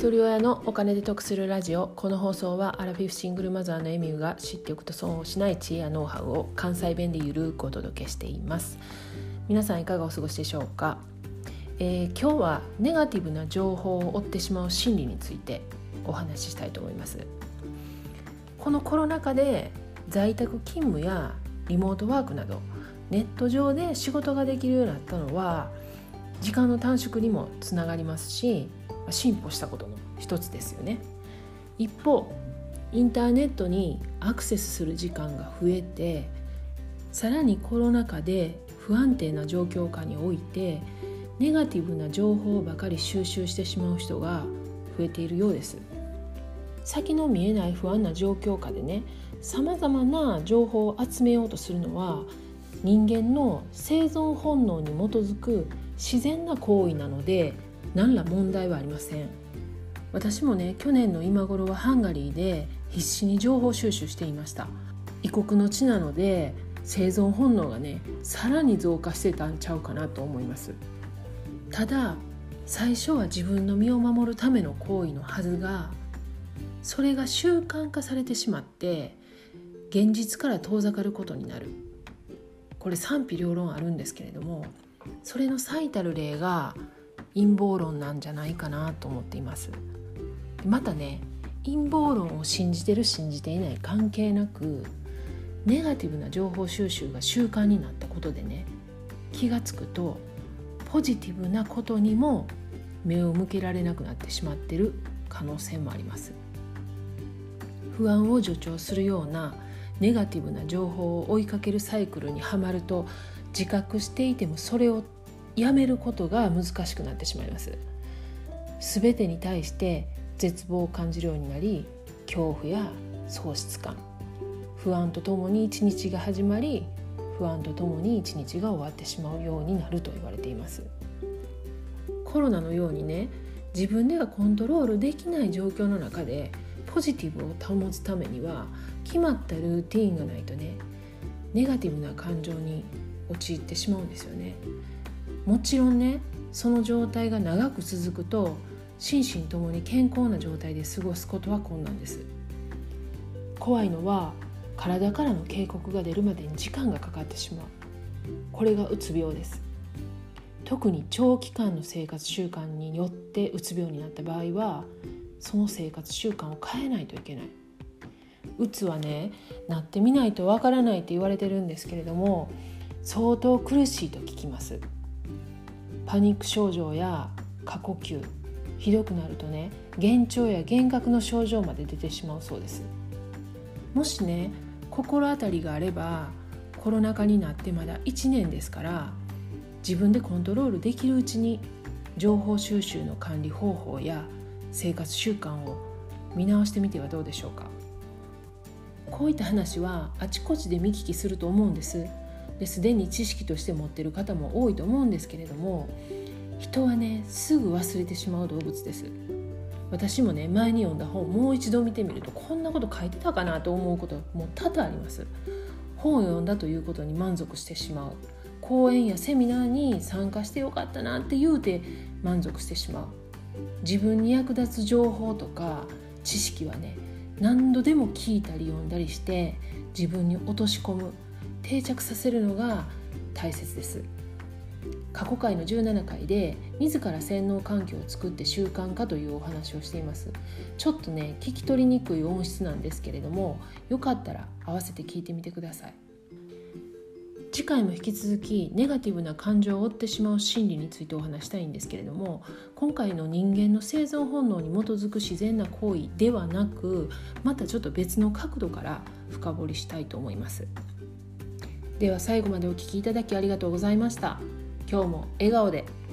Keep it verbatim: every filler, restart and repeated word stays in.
一人親のお金で得するラジオ。この放送はアラフィフシングルマザーのエミューが知っておくと損をしない知恵やノウハウを関西弁でゆるくお届けしています。皆さんいかがお過ごしでしょうか。えー、今日はネガティブな情報を追ってしまう心理についてお話ししたいと思います。このコロナ禍で在宅勤務やリモートワークなどネット上で仕事ができるようになったのは時間の短縮にもつながりますし、進歩したことの一つですよね。一方、インターネットにアクセスする時間が増えて、さらにコロナ禍で不安定な状況下においてネガティブな情報ばかり収集してしまう人が増えているようです。先の見えない不安な状況下でね、さまざまな情報を集めようとするのは人間の生存本能に基づく自然な行為なので何ら問題はありません。私もね、去年の今頃はハンガリーで必死に情報収集していました。異国の地なので生存本能がねさらに増加してたんちゃうかなと思います。ただ最初は自分の身を守るための行為のはずが、それが習慣化されてしまって現実から遠ざかることになる。これ賛否両論あるんですけれども、それの最たる例が陰謀論なんじゃないかなと思っています。またね、陰謀論を信じてる信じていない関係なく、ネガティブな情報収集が習慣になったことでね、気がつくとポジティブなことにも目を向けられなくなってしまっている可能性もあります。不安を助長するようなネガティブな情報を追いかけるサイクルにはまると、自覚していてもそれをやめることが難しくなってしまいます。すべてに対して絶望を感じるようになり、恐怖や喪失感、不安とともに一日が始まり、不安とともに一日が終わってしまうようになると言われています。コロナのようにね、自分ではコントロールできない状況の中でポジティブを保つためには決まったルーティーンがないとね、ネガティブな感情に陥ってしまうんですよね。もちろんね、その状態が長く続くと心身ともに健康な状態で過ごすことは困難です。怖いのは体からの警告が出るまでに時間がかかってしまう。これがうつ病です。特に長期間の生活習慣によってうつ病になった場合は、その生活習慣を変えないといけない。うつはね、なってみないとわからないって言われてるんですけれども、相当苦しいと聞きます。パニック症状や過呼吸、ひどくなるとね、幻聴や幻覚の症状まで出てしまうそうです。もしね、心当たりがあれば、コロナ禍になってまだいちねんですから、自分でコントロールできるうちに情報収集の管理方法や生活習慣を見直してみてはどうでしょうか。こういった話はあちこちで見聞きすると思うんです。ですでに知識として持っている方も多いと思うんですけれども、人はね、すぐ忘れてしまう動物です。私もね、前に読んだ本もう一度見てみると、こんなこと書いてたかなと思うことも多々あります。本を読んだということに満足してしまう。講演やセミナーに参加してよかったなって言うて満足してしまう。自分に役立つ情報とか知識はね、何度でも聞いたり読んだりして自分に落とし込む、定着させるのが大切です。過去回のじゅうななかいで自ら洗脳環境を作って習慣化というお話をしています。ちょっとね、聞き取りにくい音質なんですけれども、よかったら合わせて聞いてみてください。次回も引き続きネガティブな感情を追ってしまう心理についてお話したいんですけれども、今回の人間の生存本能に基づく自然な行為ではなく、またちょっと別の角度から深掘りしたいと思います。では最後までお聞きいただきありがとうございました。今日も笑顔で